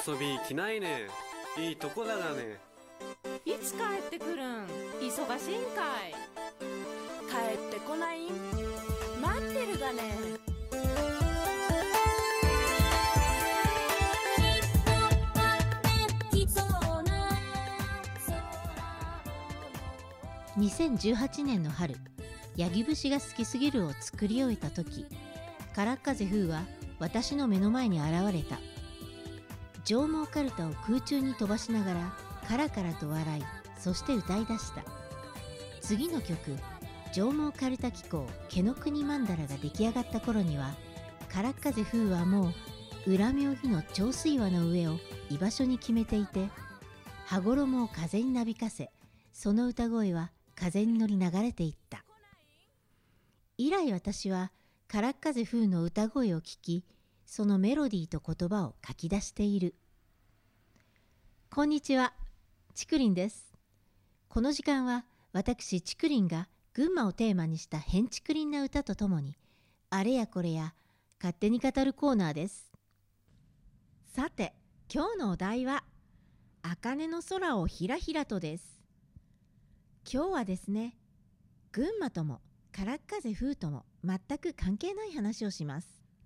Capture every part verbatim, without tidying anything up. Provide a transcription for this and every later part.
遊び来ないね。いいとこだがね。 いつ帰ってくるん？忙しいんかい？ 帰ってこないん？待ってるがね。 にせんじゅうはちねんの春、ヤギ節が好きすぎるを作り終えた時、からっ風風は私の目の前に現れた。上毛かるたを空中に飛ばしながらカラカラと笑い、そして歌い出した。次の曲、上毛かるた紀行毛の国曼荼羅が出来上がった頃には、からっ風風はもう裏妙義の長水輪の上を居場所に決めていて、羽衣を風になびかせ、その歌声は風に乗り流れていった。以来私はからっ風風の歌声を聞き、そのメロディーと言葉を書き出している。こんにちは、ちくりんです。この時間は私ちくりんが群馬をテーマにしたへんちくりんな歌とともに、あれやこれや勝手に語るコーナーです。さて、今日のお題は茜の空をひらひらとです。今日はですね、群馬ともからっ風風とも全く関係ない話をします。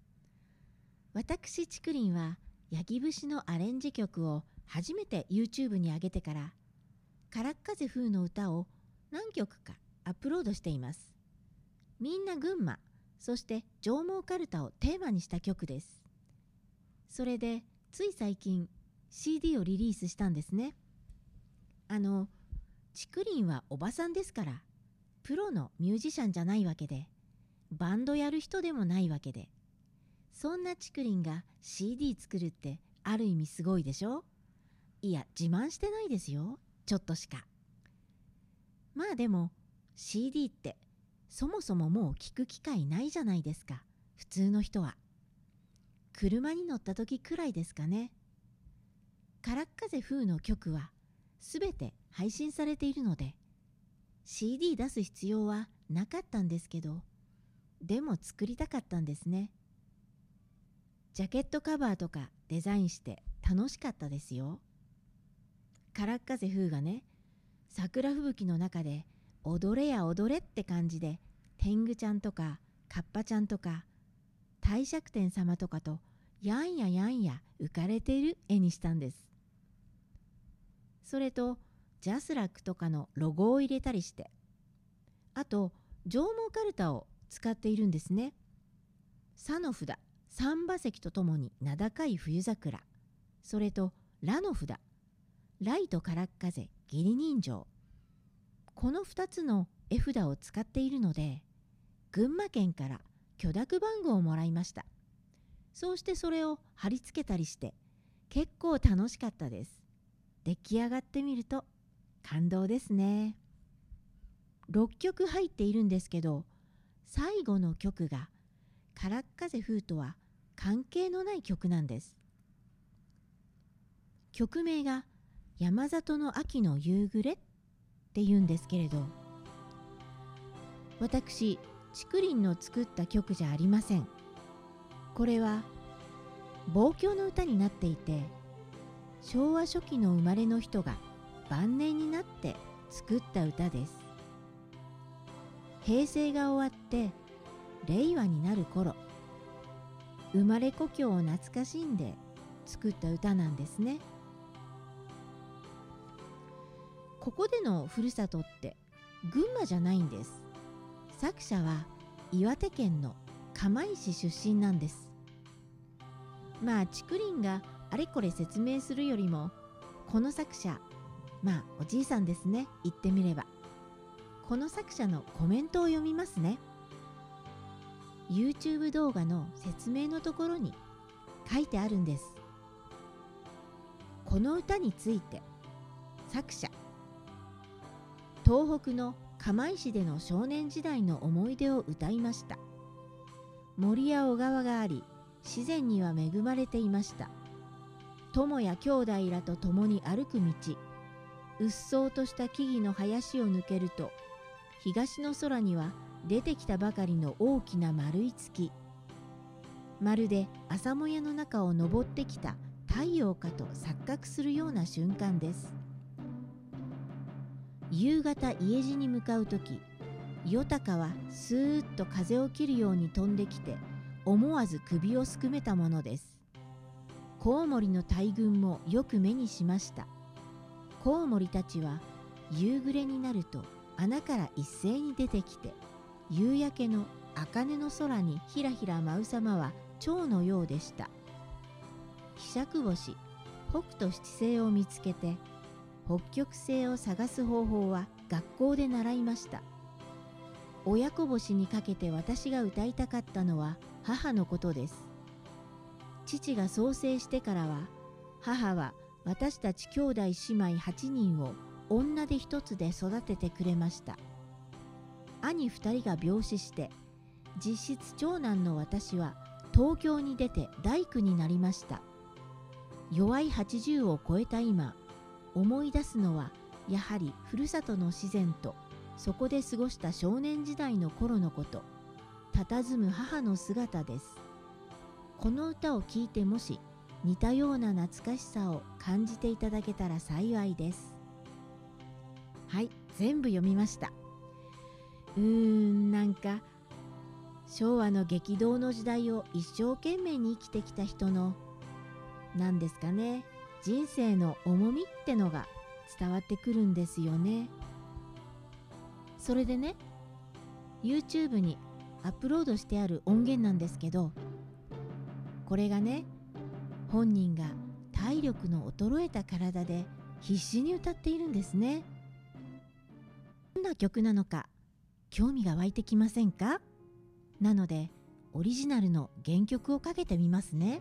私ちくりんはヤギ節のアレンジ曲を初めて YouTube に上げてから、からっ風風の歌を何曲かアップロードしています。みんな群馬、そして上毛かるたをテーマにした曲です。それでつい最近 シーディー をリリースしたんですね。あのちくりんはおばさんですから、プロのミュージシャンじゃないわけで、バンドやる人でもないわけで、そんなちくりんが シーディー 作るってある意味すごいでしょ？いや、自慢してないですよ、ちょっとしか。まあでも シーディー ってそもそももう聞く機会ないじゃないですか、普通の人は。車に乗った時くらいですかね。からっ風風の曲はすべて配信されているので シーディー 出す必要はなかったんですけど、でも作りたかったんですね。ジャケットカバーとかデザインして楽しかったですよ。からっ風風がね、桜吹雪の中で踊れや踊れって感じで、天狗ちゃんとかカッパちゃんとか帝釈天様とかとやんややんや浮かれている絵にしたんです。それとジャスラックとかのロゴを入れたりして、あと上毛かるたを使っているんですね。さの札、三馬石とともに名高い冬桜、それとらの札、ライトからっ風義理人情、このふたつの絵札を使っているので、群馬県から許諾番号をもらいました。そうしてそれを貼り付けたりして、結構楽しかったです。出来上がってみると感動ですね。ろっきょく入っているんですけど、最後の曲がからっ風風とは関係のない曲なんです。曲名が山里の秋の夕暮れって言うんですけれど、私ちくりんの作った曲じゃありません。これは望郷の歌になっていて、昭和初期の生まれの人が晩年になって作った歌です。平成が終わって令和になる頃、生まれ故郷を懐かしんで作った歌なんですね。ここでのふるさとって群馬じゃないんです。作者は岩手県の釜石出身なんです。まあちくりんがあれこれ説明するよりも、この作者、まあおじいさんですね、言ってみれば。この作者のコメントを読みますね。 YouTube 動画の説明のところに書いてあるんです。この歌について作者、東北の釜石での少年時代の思い出を歌いました。森や小川があり、自然には恵まれていました。友や兄弟らと共に歩く道、うっそうとした木々の林を抜けると、東の空には出てきたばかりの大きな丸い月、まるで朝もやの中を登ってきた太陽かと錯覚するような瞬間です。夕方家路に向かうとき、ヨタカはスーッと風を切るように飛んできて、思わず首をすくめたものです。コウモリの大群もよく目にしました。コウモリたちは夕暮れになると穴から一斉に出てきて、夕焼けの茜の空にひらひら舞う様は蝶のようでした。ひしゃく星、北斗七星を見つけて、北極星を探す方法は学校で習いました。親こぼしにかけて私が歌いたかったのは母のことです。父が創生してからは、母は私たち兄弟姉妹はちにんを女手一つで育ててくれました。兄ふたりが病死して、実質長男の私は東京に出て大工になりました。弱いはちじゅうを超えた今、思い出すのはやはりふるさとの自然と、そこで過ごした少年時代の頃のこと、佇む母の姿です。この歌を聴いて、もし似たような懐かしさを感じていただけたら幸いです。はい、全部読みました。うーん、なんか昭和の激動の時代を一生懸命に生きてきた人の、なんですかね、人生の重みってのが伝わってくるんですよね。それでね、 YouTube にアップロードしてある音源なんですけど、これがね、本人が体力の衰えた体で必死に歌っているんですね。どんな曲なのか興味が湧いてきませんか？なのでオリジナルの原曲をかけてみますね。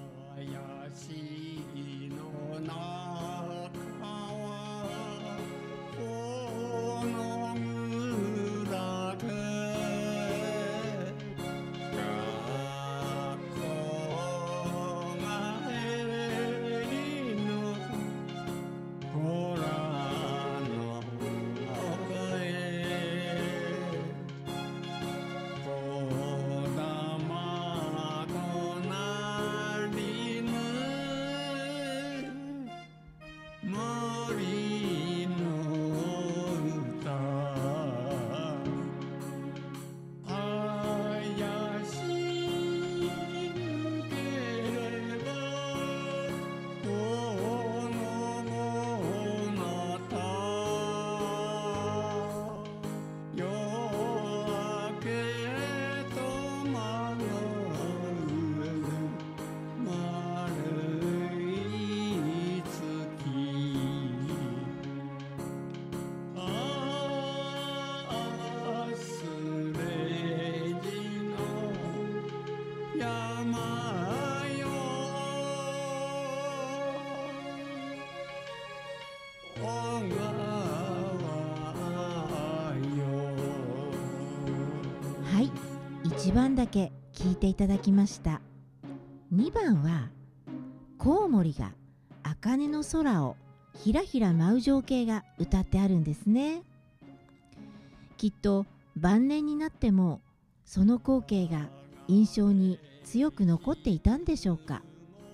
はい、いちばんだけ聴いていただきました。にばんはコウモリが茜の空をひらひら舞う情景が歌ってあるんですね。きっと晩年になってもその光景が印象に強く残っていたんでしょうか。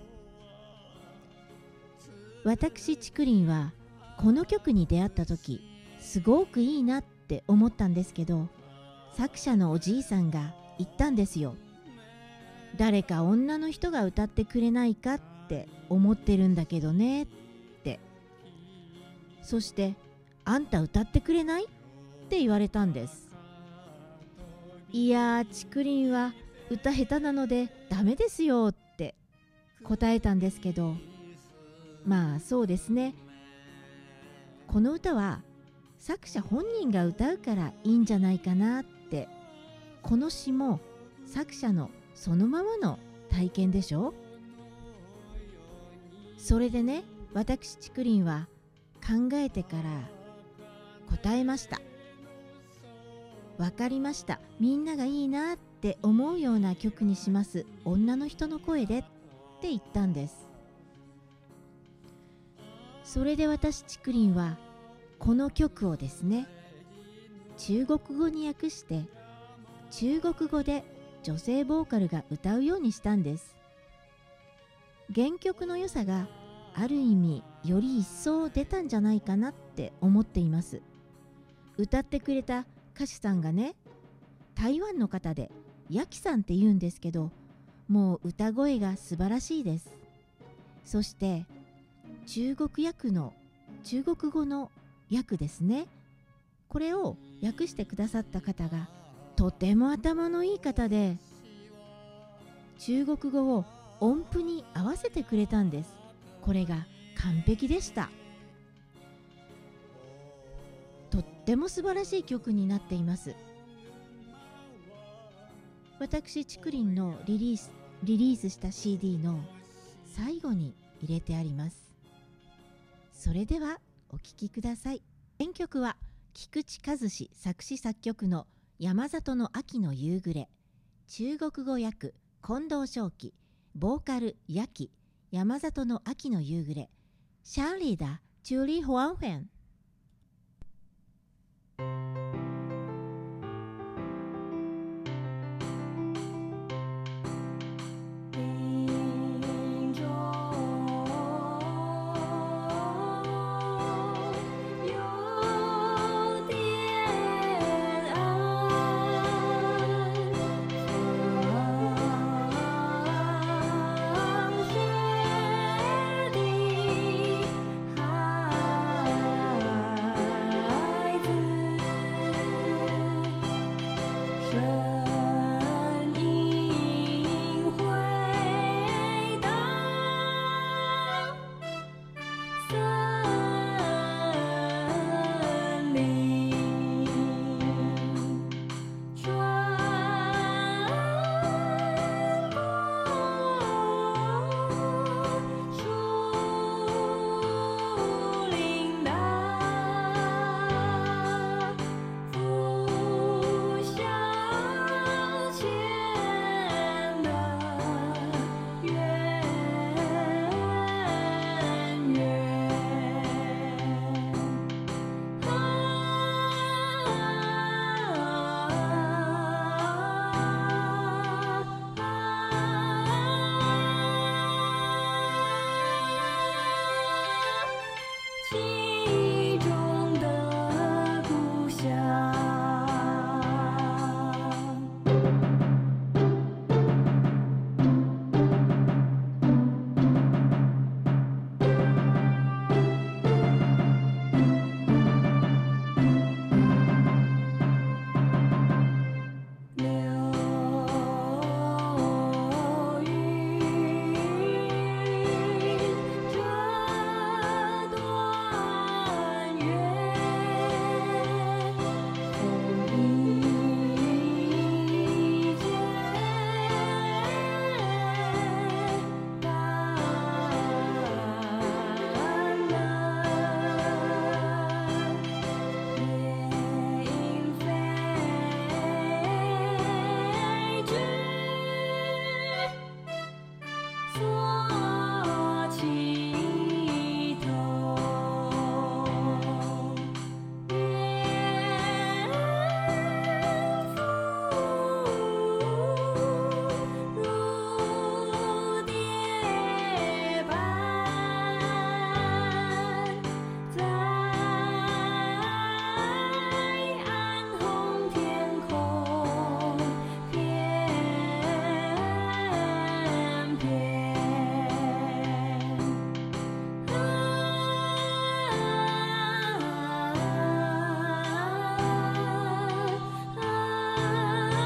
私ちくりんはこの曲に出会った時、すごくいいなって思ったんですけど、作者のおじいさんが言ったんですよ。誰か女の人が歌ってくれないかって思ってるんだけどねって。そして、あんた歌ってくれないって言われたんです。いやー、ちくりんは歌下手なのでダメですよって答えたんですけど、まあそうですね。この歌は作者本人が歌うからいいんじゃないかなって。この詩も作者のそのままの体験でしょ。それでね、私ちくりんは考えてから答えました。わかりました。みんながいいなって思うような曲にします。女の人の声でって言ったんです。それで私ちくりんはこの曲をですね、中国語に訳して中国語で女性ボーカルが歌うようにしたんです。 原曲の良さがある意味より一層出たんじゃないかなって思っています。歌ってくれた歌手さんがね、台湾の方でヤキさんって言うんですけど、もう歌声が素晴らしいです。そして中国訳の中国語の訳ですね、これを訳してくださった方がとても頭のいい方で、中国語を音符に合わせてくれたんです。これが完璧でした。とっても素晴らしい曲になっています。私ちくりんのリリースリリースした シーディー の最後に入れてあります。それではお聴きください。原曲は菊池和志作詞作曲の山里の秋の夕暮れ、中国語訳近藤正樹、ボーカルヤキ、山里の秋の夕暮れ、シャーリーだチューリー・ホワンフェン。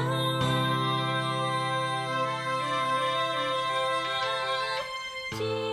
情